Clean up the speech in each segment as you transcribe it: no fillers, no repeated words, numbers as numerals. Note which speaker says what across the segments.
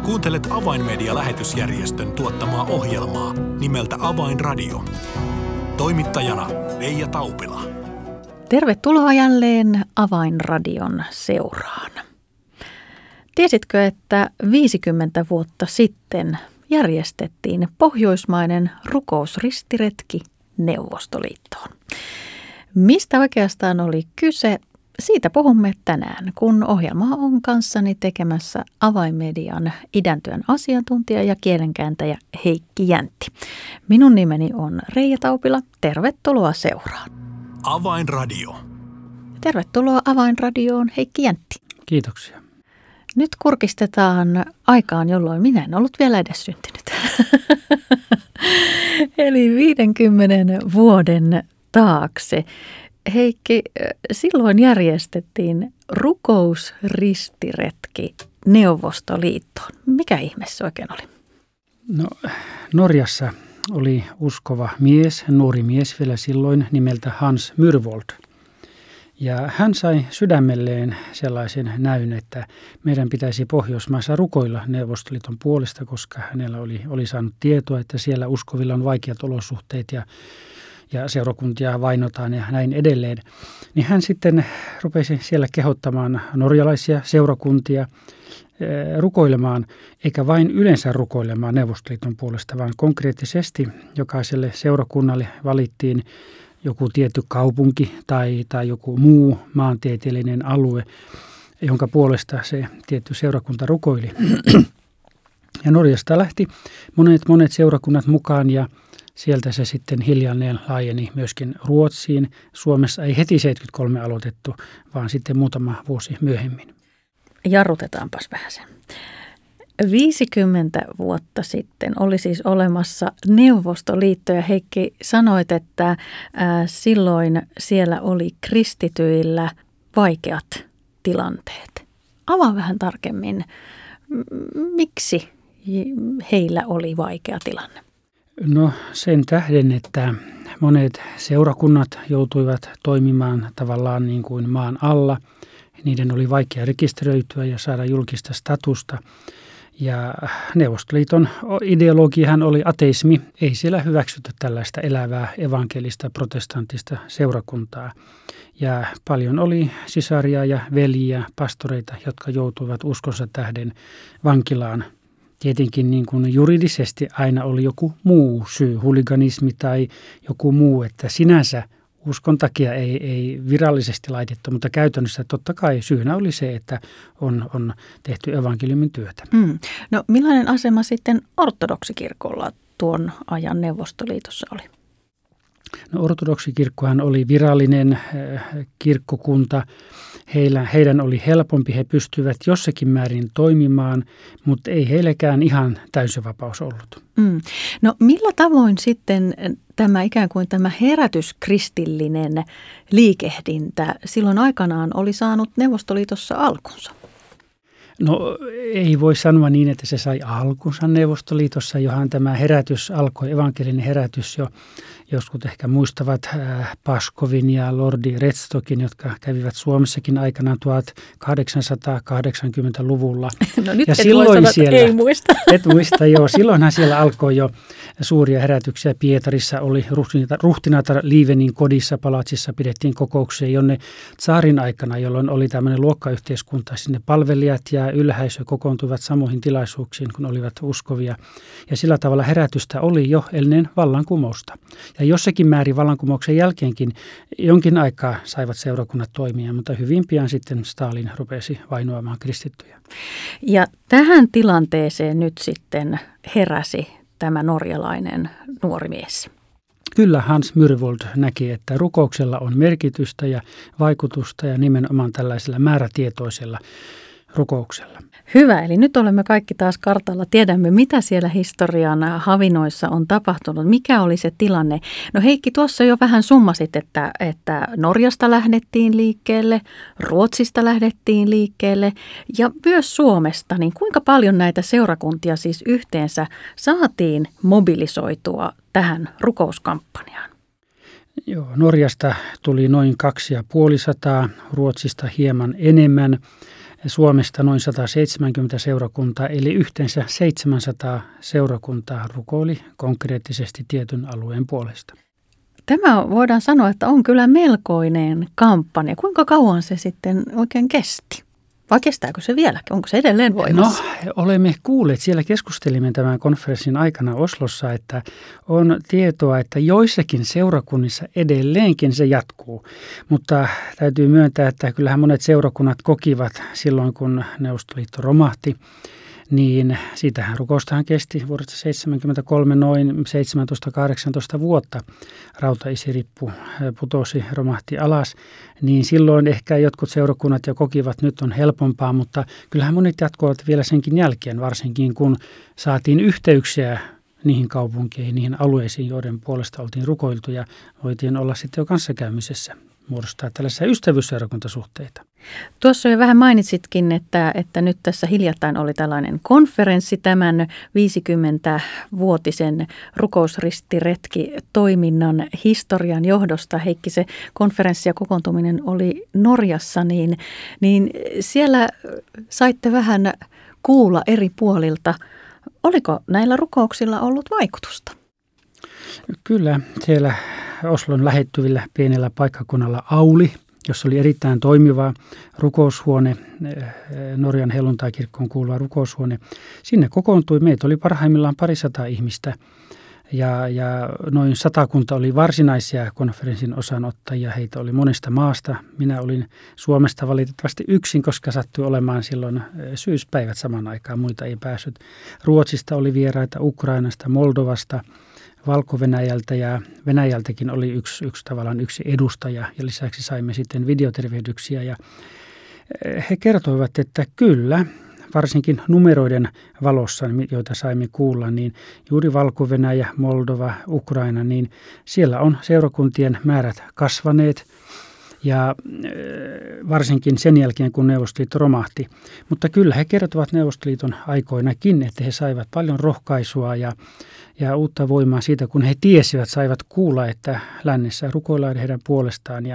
Speaker 1: Kuuntelet Avainmedia-lähetysjärjestön tuottamaa ohjelmaa nimeltä Avainradio. Toimittajana Leija Taupila.
Speaker 2: Tervetuloa jälleen Avainradion seuraan. Tiesitkö, että 50 vuotta sitten järjestettiin pohjoismainen rukousristiretki Neuvostoliittoon? Mistä oikeastaan oli kyse? Siitä puhumme tänään, kun ohjelma on kanssani tekemässä Avainmedian idäntyön asiantuntija ja kielenkääntäjä Heikki Jäntti. Minun nimeni on Leija Taupila. Tervetuloa seuraan.
Speaker 1: Avainradio.
Speaker 2: Tervetuloa Avainradioon, Heikki Jäntti.
Speaker 3: Kiitoksia.
Speaker 2: Nyt kurkistetaan aikaan, jolloin minä en ollut vielä edes syntynyt. Eli 50 vuoden taakse. Heikki, silloin järjestettiin rukousristiretki Neuvostoliittoon. Mikä ihme se oikein oli?
Speaker 3: No, Norjassa oli uskova mies, nuori mies vielä silloin nimeltä Hans Myhrvold. Ja hän sai sydämelleen sellaisen näyn, että meidän pitäisi Pohjoismaissa rukoilla Neuvostoliiton puolesta, koska hänellä oli saanut tietoa, että siellä uskovilla on vaikeat olosuhteet ja seurakuntia vainotaan ja näin edelleen. Niin hän sitten rupesi siellä kehottamaan norjalaisia seurakuntia rukoilemaan, eikä vain yleensä rukoilemaan Neuvostoliiton puolesta, vaan konkreettisesti jokaiselle seurakunnalle valittiin joku tietty kaupunki tai joku muu maantieteellinen alue, jonka puolesta se tietty seurakunta rukoili. Ja Norjasta lähti monet seurakunnat mukaan ja sieltä se sitten hiljalleen laajeni myöskin Ruotsiin. Suomessa ei heti 73 aloitettu, vaan sitten muutama vuosi myöhemmin.
Speaker 2: Jarrutetaanpas vähän sen. 50 vuotta sitten oli siis olemassa Neuvostoliitto ja Heikki sanoit, että silloin siellä oli kristityillä vaikeat tilanteet. Avaa vähän tarkemmin, miksi heillä oli vaikea tilanne?
Speaker 3: No sen tähden, että monet seurakunnat joutuivat toimimaan tavallaan niin kuin maan alla. Niiden oli vaikea rekisteröityä ja saada julkista statusta. Ja Neuvostoliiton ideologiahan oli ateismi. Ei siellä hyväksytty tällaista elävää evankelista protestanttista seurakuntaa. Ja paljon oli sisaria ja veljiä, pastoreita, jotka joutuivat uskonsa tähden vankilaan. Tietenkin niin kuin juridisesti aina oli joku muu syy, huliganismi tai joku muu, että sinänsä uskon takia ei virallisesti laitettu, mutta käytännössä totta kai syynä oli se, että on tehty evankeliumin työtä.
Speaker 2: No millainen asema sitten ortodoksikirkolla tuon ajan Neuvostoliitossa oli?
Speaker 3: No ortodoksikirkkohan oli virallinen kirkkokunta. Heidän oli helpompi, he pystyvät jossakin määrin toimimaan, mutta ei heilläkään ihan täysivapaus ollut.
Speaker 2: No millä tavoin sitten tämä ikään kuin tämä herätyskristillinen liikehdintä silloin aikanaan oli saanut Neuvostoliitossa alkunsa?
Speaker 3: No ei voi sanoa niin, että se sai alkunsa Neuvostoliitossa, johon tämä herätys alkoi, evankelinen herätys jo. Jotkut ehkä muistavat Paskovin ja Lordi Redstockin, jotka kävivät Suomessakin aikanaan 1880-luvulla.
Speaker 2: No nyt
Speaker 3: ja
Speaker 2: silloin siellä, ei muista.
Speaker 3: Et muista, joo. Silloinhan siellä alkoi jo suuria herätyksiä. Pietarissa oli ruhtinatar Lievenin kodissa, palatsissa pidettiin kokouksia, jonne tsaarin aikana, jolloin oli tämmöinen luokkayhteiskunta, sinne palvelijat ja ylhäisö kokoontuivat samoihin tilaisuuksiin, kun olivat uskovia. Ja sillä tavalla herätystä oli jo ennen vallankumousta. Ja jossakin määrin vallankumouksen jälkeenkin jonkin aikaa saivat seurakunnat toimia, mutta hyvin pian sitten Stalin rupesi vainoamaan kristittyjä.
Speaker 2: Ja tähän tilanteeseen nyt sitten heräsi tämä norjalainen nuori mies.
Speaker 3: Kyllä Hans Myhrvold näki, että rukouksella on merkitystä ja vaikutusta ja nimenomaan tällaisella määrätietoisella rukouksella.
Speaker 2: Hyvä, eli nyt olemme kaikki taas kartalla. Tiedämme, mitä siellä historian havinoissa on tapahtunut. Mikä oli se tilanne? No Heikki, tuossa jo vähän summasit, että Norjasta lähdettiin liikkeelle, Ruotsista lähdettiin liikkeelle ja myös Suomesta. Niin kuinka paljon näitä seurakuntia siis yhteensä saatiin mobilisoitua tähän rukouskampanjaan?
Speaker 3: Joo, Norjasta tuli noin 250, Ruotsista hieman enemmän. Suomesta noin 170 seurakuntaa, eli yhteensä 700 seurakuntaa rukoili konkreettisesti tietyn alueen puolesta.
Speaker 2: Tämä voidaan sanoa, että on kyllä melkoinen kampanja. Kuinka kauan se sitten oikein kesti? Vai kestääkö se vieläkin? Onko se edelleen voimassa?
Speaker 3: No, olemme kuulleet, siellä keskustelimme tämän konferenssin aikana Oslossa, että on tietoa, että joissakin seurakunnissa edelleenkin se jatkuu. Mutta täytyy myöntää, että kyllähän monet seurakunnat kokivat silloin, kun Neuvostoliitto romahti, niin siitähän rukoustahan kesti vuodesta 1973 noin 17-18 vuotta. Rautaisirippu putosi, romahti alas, niin silloin ehkä jotkut seurakunnat jo kokivat, että nyt on helpompaa, mutta kyllähän monet jatkoivat vielä senkin jälkeen, varsinkin kun saatiin yhteyksiä niihin kaupunkeihin, niihin alueisiin, joiden puolesta oltiin rukoiltu ja voitiin olla sitten jo kanssakäymisessä, muodostaa tällaisia ystävyysseurakuntasuhteita.
Speaker 2: Tuossa jo vähän mainitsitkin, että nyt tässä hiljattain oli tällainen konferenssi tämän 50-vuotisen rukousristiretki-toiminnan historian johdosta. Heikki, se konferenssi ja kokoontuminen oli Norjassa, niin siellä saitte vähän kuulla eri puolilta. Oliko näillä rukouksilla ollut vaikutusta?
Speaker 3: Kyllä, siellä Oslon lähettyvillä pienellä paikkakunnalla Auli, jossa oli erittäin toimiva rukoushuone, Norjan helluntaikirkkoon kuuluva rukoushuone. Sinne kokoontui, meitä oli parhaimmillaan 200 ihmistä ja noin 100 oli varsinaisia konferenssin osanottajia. Heitä oli monesta maasta. Minä olin Suomesta valitettavasti yksin, koska sattui olemaan silloin syyspäivät saman aikaan. Muita ei päässyt. Ruotsista oli vieraita, Ukrainasta, Moldovasta, Valko-Venäjältä ja Venäjältäkin oli yksi edustaja ja lisäksi saimme sitten videotervehdyksiä ja he kertoivat, että kyllä, varsinkin numeroiden valossa, joita saimme kuulla, niin juuri Valko-Venäjä, Moldova, Ukraina, niin siellä on seurakuntien määrät kasvaneet ja varsinkin sen jälkeen, kun Neuvostoliitto romahti. Mutta kyllä he kertovat Neuvostoliiton aikoinakin, että he saivat paljon rohkaisua ja uutta voimaa siitä, kun he tiesivät, saivat kuulla, että lännessä rukoillaan heidän puolestaan.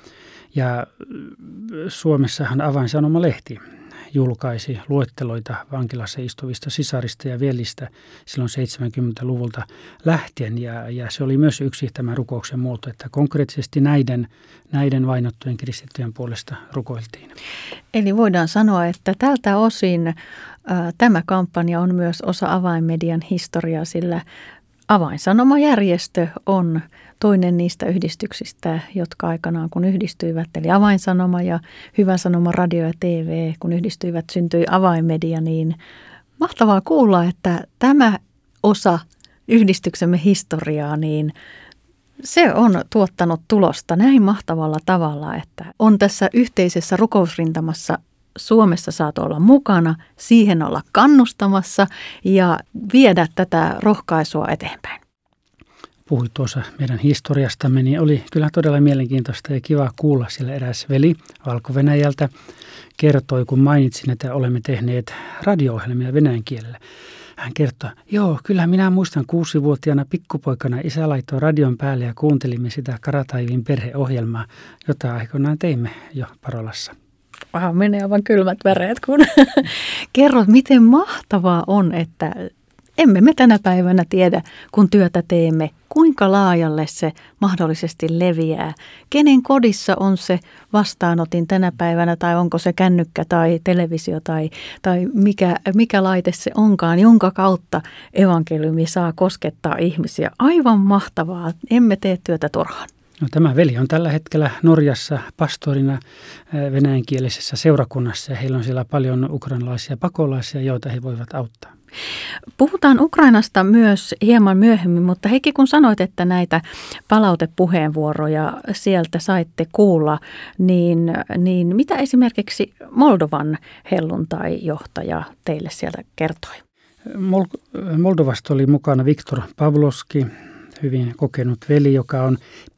Speaker 3: Ja Suomessahan Avainsanoma-lehti julkaisi luetteloita vankilassa istuvista sisarista ja veljistä silloin 70-luvulta lähtien. Ja se oli myös yksi tämän rukouksen muoto, että konkreettisesti näiden vainottujen kristittyjen puolesta rukoiltiin. Eli
Speaker 2: voidaan sanoa, että tältä osin tämä kampanja on myös osa Avainmedian historiaa, sillä Avainsanoma-järjestö on toinen niistä yhdistyksistä, jotka aikanaan kun yhdistyivät, eli Avainsanoma ja Hyvä Sanoma Radio ja TV, kun yhdistyivät, syntyi Avainmedia, niin mahtavaa kuulla, että tämä osa yhdistyksemme historiaa, niin se on tuottanut tulosta näin mahtavalla tavalla, että on tässä yhteisessä rukousrintamassa Suomessa saatu olla mukana, siihen olla kannustamassa ja viedä tätä rohkaisua eteenpäin.
Speaker 3: Puhuit tuossa meidän historiastamme, niin oli kyllä todella mielenkiintoista ja kiva kuulla, siellä eräs veli Valko-Venäjältä kertoi, kun mainitsin, että olemme tehneet radio-ohjelmia venäjän kielellä. Hän kertoi, joo, kyllä minä muistan 6-vuotiaana pikkupoikana isä laittoi radion päälle ja kuuntelimme sitä Karataivin perheohjelmaa, jota aikoinaan teimme jo Parolassa.
Speaker 2: Menee aivan kylmät väreet, kun kerrot, miten mahtavaa on, että emme me tänä päivänä tiedä, kun työtä teemme, kuinka laajalle se mahdollisesti leviää. Kenen kodissa on se vastaanotin tänä päivänä, tai onko se kännykkä tai televisio tai mikä laite se onkaan, jonka kautta evankeliumi saa koskettaa ihmisiä. Aivan mahtavaa, emme tee työtä turhaan.
Speaker 3: No, tämä veli on tällä hetkellä Norjassa pastorina venäjänkielisessä seurakunnassa ja heillä on siellä paljon ukrainalaisia pakolaisia, joita he voivat auttaa.
Speaker 2: Puhutaan Ukrainasta myös hieman myöhemmin, mutta Heikki, kun sanoit, että näitä palautepuheenvuoroja sieltä saitte kuulla, niin mitä esimerkiksi Moldovan helluntai-johtaja teille sieltä kertoi?
Speaker 3: Moldovasta oli mukana Viktor Pavlovski, hyvin kokenut veli, joka on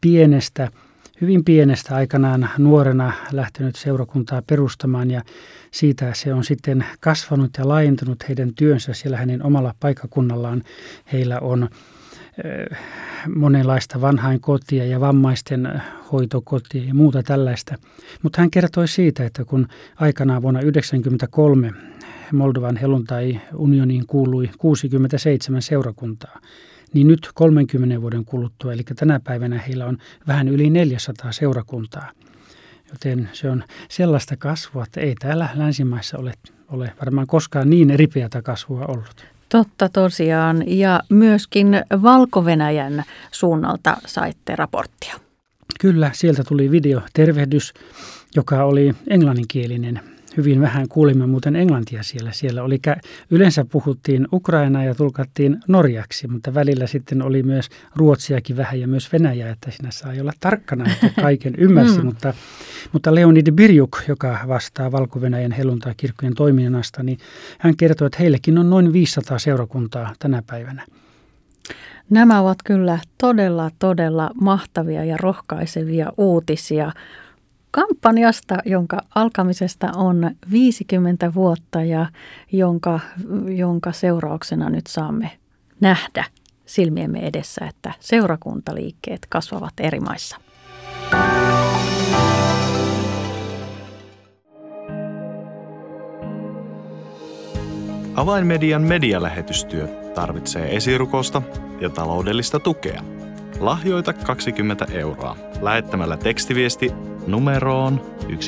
Speaker 3: hyvin pienestä aikanaan nuorena lähtenyt seurakuntaa perustamaan ja siitä se on sitten kasvanut ja laajentunut heidän työnsä siellä hänen omalla paikkakunnallaan. Heillä on monenlaista vanhainkotia ja vammaisten hoitokotia ja muuta tällaista. Mutta hän kertoi siitä, että kun aikanaan vuonna 1993 Moldovan helluntai-unioniin kuului 67 seurakuntaa, niin nyt 30 vuoden kuluttua, eli tänä päivänä heillä on vähän yli 400 seurakuntaa. Joten se on sellaista kasvua, että ei täällä länsimaissa ole varmaan koskaan niin ripeätä kasvua ollut.
Speaker 2: Totta tosiaan, ja myöskin Valko-Venäjän suunnalta saitte raporttia.
Speaker 3: Kyllä, sieltä tuli videotervehdys, joka oli englanninkielinen. Hyvin vähän kuulimme muuten englantia siellä. Siellä oli yleensä puhuttiin ukrainaa ja tulkattiin norjaksi, mutta välillä sitten oli myös ruotsiakin vähän ja myös venäjää, että siinä saa olla tarkkana, että kaiken ymmärsi. Mutta Leonid Birjuk, joka vastaa Valko-Venäjän helluntai-kirkkojen toiminnasta, niin hän kertoi, että heillekin on noin 500 seurakuntaa tänä päivänä.
Speaker 2: Nämä ovat kyllä todella mahtavia ja rohkaisevia uutisia kampanjasta, jonka alkamisesta on 50 vuotta ja jonka seurauksena nyt saamme nähdä silmiemme edessä, että seurakuntaliikkeet kasvavat eri maissa.
Speaker 4: Avainmedian medialähetystyö tarvitsee esirukousta ja taloudellista tukea. Lahjoita 20 € lähettämällä tekstiviesti numeroon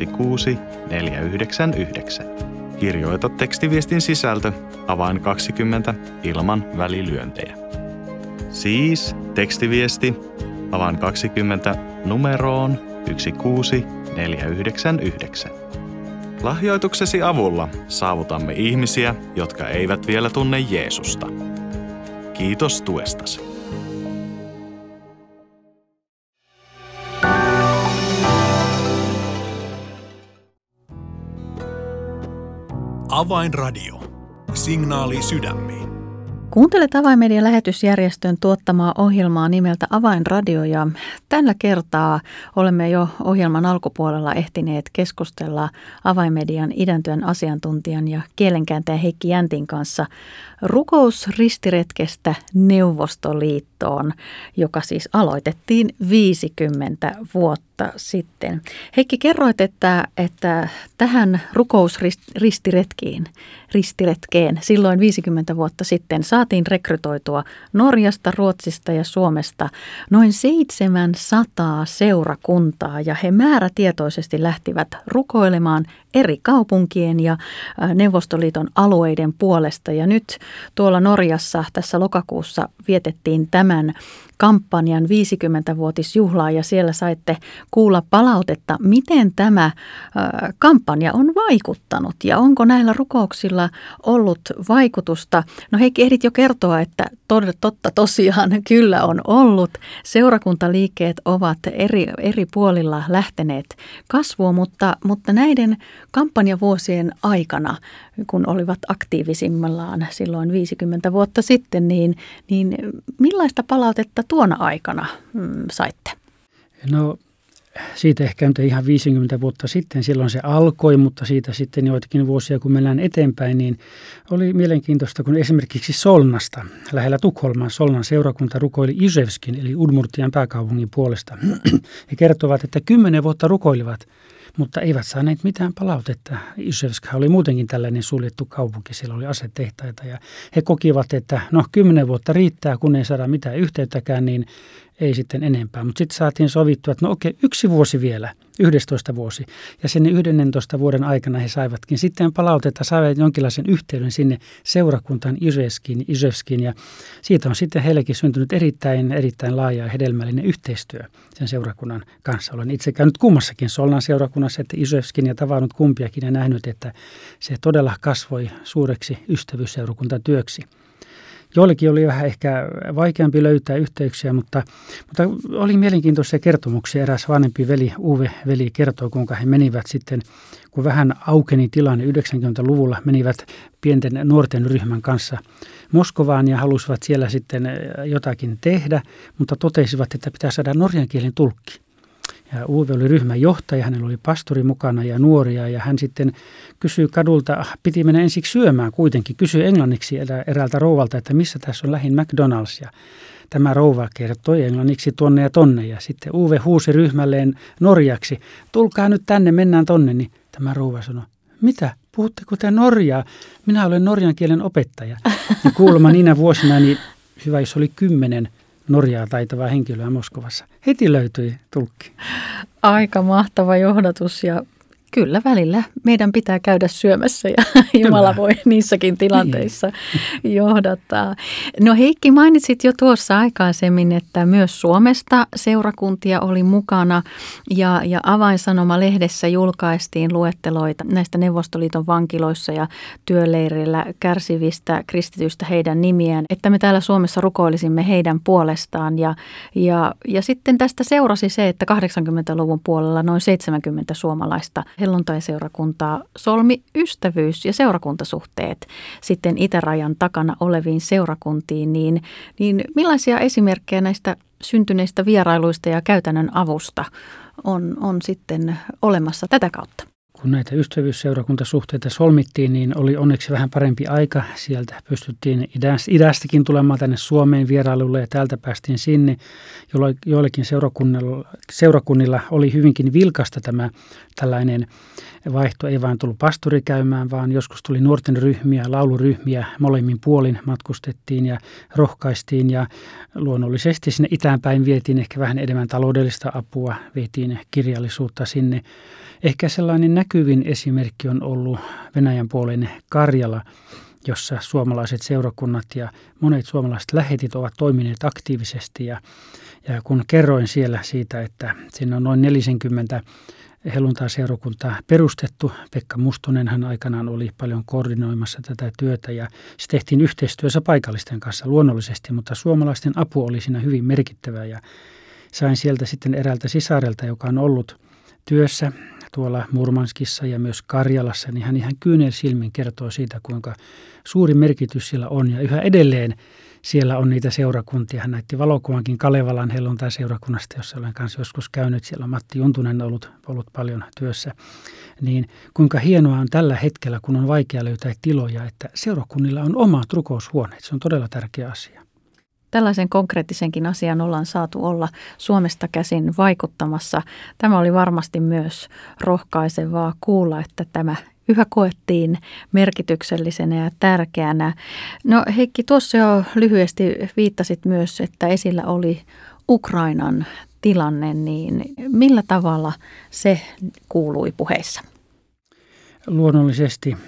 Speaker 4: 16499. Kirjoita tekstiviestin sisältö avain 20 ilman välilyöntejä. Siis tekstiviesti avain 20 numeroon 16499. Lahjoituksesi avulla saavutamme ihmisiä, jotka eivät vielä tunne Jeesusta. Kiitos tuestasi.
Speaker 1: Avainradio. Signaali sydämiin.
Speaker 2: Kuuntelet Avainmedian lähetysjärjestön tuottamaa ohjelmaa nimeltä Avainradio, ja tällä kertaa olemme jo ohjelman alkupuolella ehtineet keskustella Avainmedian idäntyön asiantuntijan ja kielenkääntäjän Heikki Jäntin kanssa rukousristiretkestä Neuvostoliittoon, joka siis aloitettiin 50 vuotta sitten. Heikki, kerroit, että tähän ristiretkeen silloin 50 vuotta sitten saatiin rekrytoitua Norjasta, Ruotsista ja Suomesta noin 700 seurakuntaa, ja he määrätietoisesti lähtivät rukoilemaan eri kaupunkien ja Neuvostoliiton alueiden puolesta. Ja nyt tuolla Norjassa tässä lokakuussa vietettiin tämän kampanjan 50-vuotisjuhlaa, ja siellä saitte kuulla palautetta, miten tämä kampanja on vaikuttanut ja onko näillä rukouksilla ollut vaikutusta. No Heikki, ehdit jo kertoa, että totta tosiaan kyllä on ollut. Seurakuntaliikkeet ovat eri puolilla lähteneet kasvuun, mutta näiden kampanjavuosien aikana, kun olivat aktiivisimmillaan silloin 50 vuotta sitten, niin millaista palautetta tuona aikana saitte?
Speaker 3: No siitä ehkä nyt ihan 50 vuotta sitten, silloin se alkoi, mutta siitä sitten joitakin vuosia, kun mennään eteenpäin, niin oli mielenkiintoista, kun esimerkiksi Solnasta, lähellä Tukholmaa, Solnan seurakunta rukoili Izhevskin, eli Udmurtian pääkaupungin puolesta. He kertovat, että 10 vuotta rukoilivat, mutta eivät saaneet mitään palautetta. Izhevsk oli muutenkin tällainen suljettu kaupunki, siellä oli asetehtaita, ja he kokivat, että 10 vuotta riittää, kun ei saada mitään yhteyttäkään, niin ei sitten enempää. Mutta sitten saatiin sovittua, että okei, 1 vuosi vielä, 11 vuosi. Ja sen 11 vuoden aikana he saivatkin sitten palautetta, saivat jonkinlaisen yhteyden sinne seurakuntaan Izhevskiin. Ja siitä on sitten heillekin syntynyt erittäin laaja ja hedelmällinen yhteistyö sen seurakunnan kanssa. Olen itse käynyt kummassakin Solnan seurakunnassa, että Izhevskin, ja tavannut kumpiakin ja nähnyt, että se todella kasvoi suureksi ystävyysseurakuntatyöksi. Joillekin oli vähän ehkä vaikeampi löytää yhteyksiä, mutta oli mielenkiintoisia kertomuksia. Eräs vanhempi veli, Uwe-veli, kertoi, kuinka he menivät sitten, kun vähän aukeni tilanne 90-luvulla, menivät pienten nuorten ryhmän kanssa Moskovaan ja halusivat siellä sitten jotakin tehdä, mutta totesivat, että pitää saada norjan kielen tulkki. Ja Uwe oli ryhmän johtaja, hänellä oli pastori mukana ja nuoria, ja hän sitten kysyi kadulta, piti mennä ensiksi syömään kuitenkin, kysyi englanniksi eräältä rouvalta, että missä tässä on lähin McDonald's. Ja tämä rouva kertoi englanniksi tonne ja tonne. Ja sitten Uwe huusi ryhmälleen norjaksi, tulkaa nyt tänne, mennään tonne. Niin tämä rouva sanoi, mitä, puhutteko te norjaa? Minä olen norjan kielen opettaja. Ja kuulemma niinä vuosina, niin hyvä, jos oli 10 norjaa taitavaa henkilöä Moskovassa. Heti löytyi tulkki.
Speaker 2: Aika mahtava johdatus ja kyllä välillä meidän pitää käydä syömässä ja Jumala voi niissäkin tilanteissa johdattaa. No Heikki, mainitsit jo tuossa aikaisemmin, että myös Suomesta seurakuntia oli mukana ja Avainsanoma-lehdessä julkaistiin luetteloita näistä Neuvostoliiton vankiloissa ja työleireillä kärsivistä kristityistä heidän nimiään, että me täällä Suomessa rukoilisimme heidän puolestaan ja sitten tästä seurasi se, että 80-luvun puolella noin 70 suomalaista helluntaiseurakuntaa solmi ystävyys- ja seurakuntasuhteet sitten itärajan takana oleviin seurakuntiin, niin millaisia esimerkkejä näistä syntyneistä vierailuista ja käytännön avusta on sitten olemassa tätä kautta?
Speaker 3: Kun näitä ystävyysseurakuntasuhteita solmittiin, niin oli onneksi vähän parempi aika. Sieltä pystyttiin idästäkin tulemaan tänne Suomeen vierailulle ja täältä päästiin sinne. Joillakin seurakunnilla oli hyvinkin vilkasta tämä tällainen vaihto. Ei vain tullut pastori käymään, vaan joskus tuli nuorten ryhmiä, lauluryhmiä. Molemmin puolin matkustettiin ja rohkaistiin ja luonnollisesti sinne itäänpäin vietiin ehkä vähän enemmän taloudellista apua, vietiin kirjallisuutta sinne. Ehkä sellainen näkyvin esimerkki on ollut Venäjän puoleinen Karjala, jossa suomalaiset seurakunnat ja monet suomalaiset lähetit ovat toimineet aktiivisesti. Ja kun kerroin siellä siitä, että siinä on noin 40 helluntaiseurakuntaa perustettu, Pekka Mustonen hän aikanaan oli paljon koordinoimassa tätä työtä ja se tehtiin yhteistyössä paikallisten kanssa luonnollisesti, mutta suomalaisten apu oli siinä hyvin merkittävää ja sain sieltä sitten eräältä sisarelta, joka on ollut työssä tuolla Murmanskissa ja myös Karjalassa, niin hän ihan kyynelsilmin kertoo siitä, kuinka suuri merkitys siellä on. Ja yhä edelleen siellä on niitä seurakuntia. Hän näytti valokuvankin Kalevalan helluntaiseurakunnasta, jossa olen kanssa joskus käynyt. Siellä on Matti Juntunen ollut paljon työssä. Niin kuinka hienoa on tällä hetkellä, kun on vaikea löytää tiloja, että seurakunnilla on omat rukoushuoneet. Se on todella tärkeä asia.
Speaker 2: Tällaisen konkreettisenkin asian ollaan saatu olla Suomesta käsin vaikuttamassa. Tämä oli varmasti myös rohkaisevaa kuulla, että tämä yhä koettiin merkityksellisenä ja tärkeänä. No Heikki, tuossa jo lyhyesti viittasit myös, että esillä oli Ukrainan tilanne, niin millä tavalla se kuului puheissa?
Speaker 3: Luonnollisesti.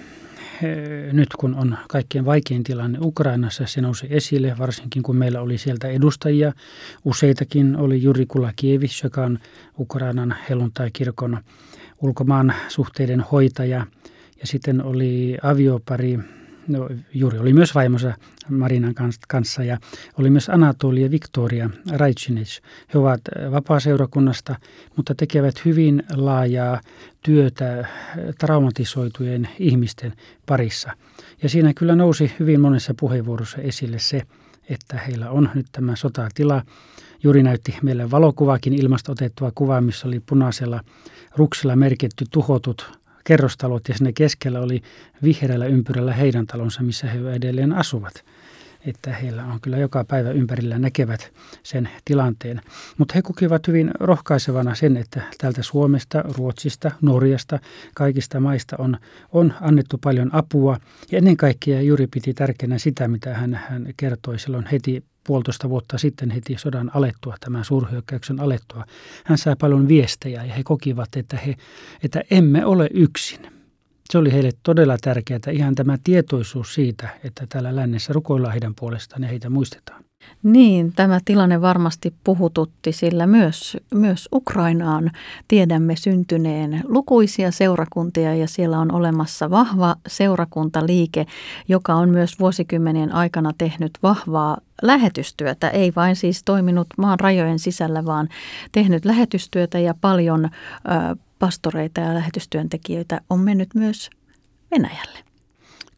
Speaker 3: Nyt kun on kaikkein vaikein tilanne Ukrainassa, se nousi esille, varsinkin kun meillä oli sieltä edustajia. Useitakin oli Juri Kulakievich, joka on Ukrainan helluntai-kirkon ulkomaan suhteiden hoitaja. Ja sitten oli aviopari, Juri oli myös vaimonsa Marinan kanssa ja oli myös Anatoli ja Viktoria Rajcinic. He ovat vapaaseurakunnasta, mutta tekevät hyvin laajaa työtä traumatisoitujen ihmisten parissa. Ja siinä kyllä nousi hyvin monessa puheenvuorossa esille se, että heillä on nyt tämä sotatila. Juri näytti meille valokuvakin, ilmasta otettua kuvaa, missä oli punaisella ruksilla merkitty tuhotut kerrostalot ja sinne keskellä oli vihreällä ympyrällä heidän talonsa, missä he edelleen asuvat. Että heillä on kyllä joka päivä ympärillä näkevät sen tilanteen. Mutta he kokivat hyvin rohkaisevana sen, että täältä Suomesta, Ruotsista, Norjasta, kaikista maista on annettu paljon apua. Ja ennen kaikkea Juri piti tärkeänä sitä, mitä hän kertoi silloin heti 1,5 vuotta sitten heti sodan alettua, tämän suurhyökkäyksen alettua. Hän sai paljon viestejä ja he kokivat, että emme ole yksin. Se oli heille todella tärkeää, ihan tämä tietoisuus siitä, että täällä lännessä rukoillaan heidän puolestaan ja heitä muistetaan.
Speaker 2: Niin, tämä tilanne varmasti puhututti, sillä myös Ukrainaan tiedämme syntyneen lukuisia seurakuntia ja siellä on olemassa vahva seurakuntaliike, joka on myös vuosikymmenien aikana tehnyt vahvaa lähetystyötä, ei vain siis toiminut maan rajojen sisällä, vaan tehnyt lähetystyötä ja paljon pastoreita ja lähetystyöntekijöitä on mennyt myös Venäjälle.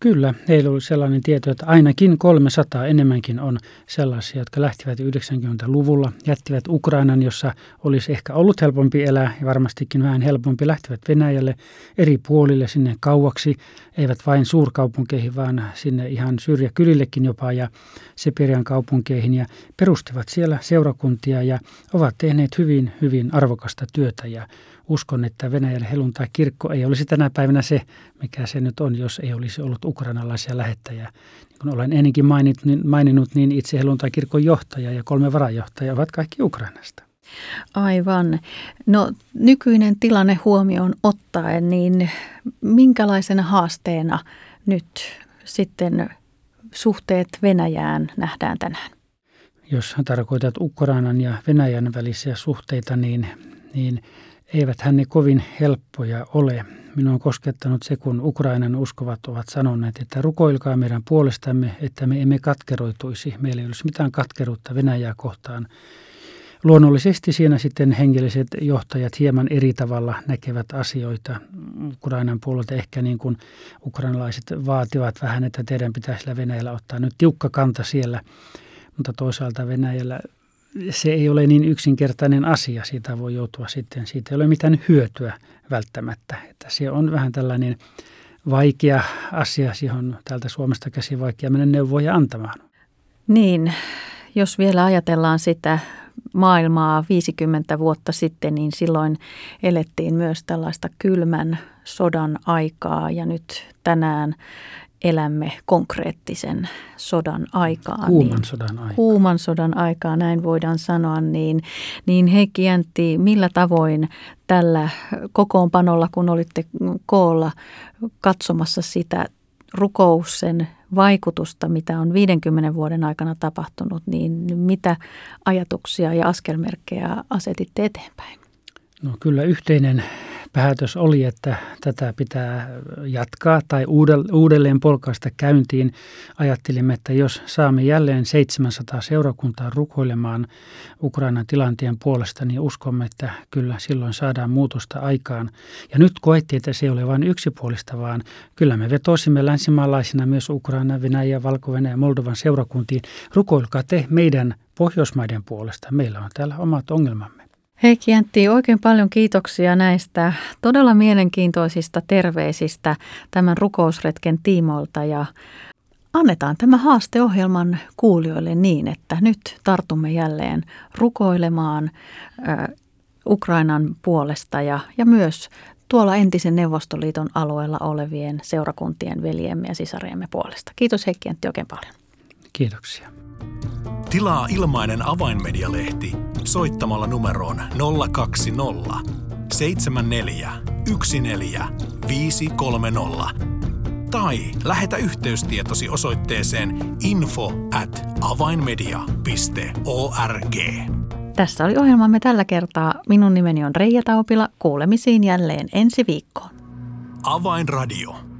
Speaker 3: Kyllä, heillä oli sellainen tieto, että ainakin 300 enemmänkin on sellaisia, jotka lähtivät 90-luvulla, jättivät Ukrainan, jossa olisi ehkä ollut helpompi elää ja varmastikin vähän helpompi, lähtivät Venäjälle eri puolille sinne kauaksi, eivät vain suurkaupunkeihin, vaan sinne ihan syrjäkylillekin jopa ja Siperian kaupunkeihin ja perustivat siellä seurakuntia ja ovat tehneet hyvin, hyvin arvokasta työtä ja uskon, että Venäjän helluntai-kirkko ei olisi tänä päivänä se, mikä se nyt on, jos ei olisi ollut ukrainalaisia lähettäjiä. Niin kuin olen ennenkin maininnut, niin itse helluntai-kirkon johtaja ja 3 varajohtajaa ovat kaikki Ukrainasta.
Speaker 2: Aivan. No nykyinen tilanne huomioon ottaen, niin minkälaisena haasteena nyt sitten suhteet Venäjään nähdään tänään?
Speaker 3: Jos tarkoitat Ukrainan ja Venäjän välisiä suhteita, niin eiväthän ne kovin helppoja ole. Minua on koskettanut se, kun Ukrainan uskovat ovat sanoneet, että rukoilkaa meidän puolestamme, että me emme katkeroituisi. Meillä ei olisi mitään katkeruutta Venäjää kohtaan. Luonnollisesti siinä sitten hengelliset johtajat hieman eri tavalla näkevät asioita. Ukrainan puolelta ehkä niin kuin ukrainalaiset vaativat vähän, että teidän pitäisi Venäjällä ottaa nyt tiukka kanta siellä, mutta toisaalta Venäjällä se ei ole niin yksinkertainen asia, siitä voi joutua sitten, siitä ei ole mitään hyötyä välttämättä. Että se on vähän tällainen vaikea asia, siihen täältä Suomesta käsin vaikea mennä neuvoja antamaan.
Speaker 2: Niin, jos vielä ajatellaan sitä maailmaa 50 vuotta sitten, niin silloin elettiin myös tällaista kylmän sodan aikaa ja nyt tänään elämme konkreettisen sodan aikaa. Kuuman sodan aikaa, näin voidaan sanoa. Niin Heikki Jäntti, millä tavoin tällä kokoonpanolla, kun olitte koolla katsomassa sitä rukouksen vaikutusta, mitä on 50 vuoden aikana tapahtunut, niin mitä ajatuksia ja askelmerkkejä asetitte eteenpäin?
Speaker 3: No kyllä yhteinen päätös oli, että tätä pitää jatkaa tai uudelleen polkaista käyntiin. Ajattelimme, että jos saamme jälleen 700 seurakuntaa rukoilemaan Ukrainan tilanteen puolesta, niin uskomme, että kyllä silloin saadaan muutosta aikaan. Ja nyt koettiin, että se ei ole vain yksipuolista, vaan kyllä me vetosimme länsimaalaisina myös Ukraina, Venäjä, Valko-Venäjä ja Moldovan seurakuntiin. Rukoilkaa te meidän Pohjoismaiden puolesta. Meillä on täällä omat ongelmamme.
Speaker 2: Heikki Jäntti, oikein paljon kiitoksia näistä todella mielenkiintoisista terveisistä tämän rukousretken tiimoilta ja annetaan tämä haasteohjelman kuulijoille niin, että nyt tartumme jälleen rukoilemaan Ukrainan puolesta ja myös tuolla entisen Neuvostoliiton alueella olevien seurakuntien veljemme ja sisariemme puolesta. Kiitos Heikki Jäntti oikein paljon.
Speaker 3: Kiitoksia.
Speaker 1: Tilaa ilmainen Avainmedia-lehti soittamalla numeroon 020 74 14 530 tai lähetä yhteystietosi osoitteeseen info@avainmedia.org.
Speaker 2: Tässä oli ohjelmamme tällä kertaa. Minun nimeni on Reija Taupila. Kuulemisiin jälleen ensi viikkoon.
Speaker 1: Avainradio.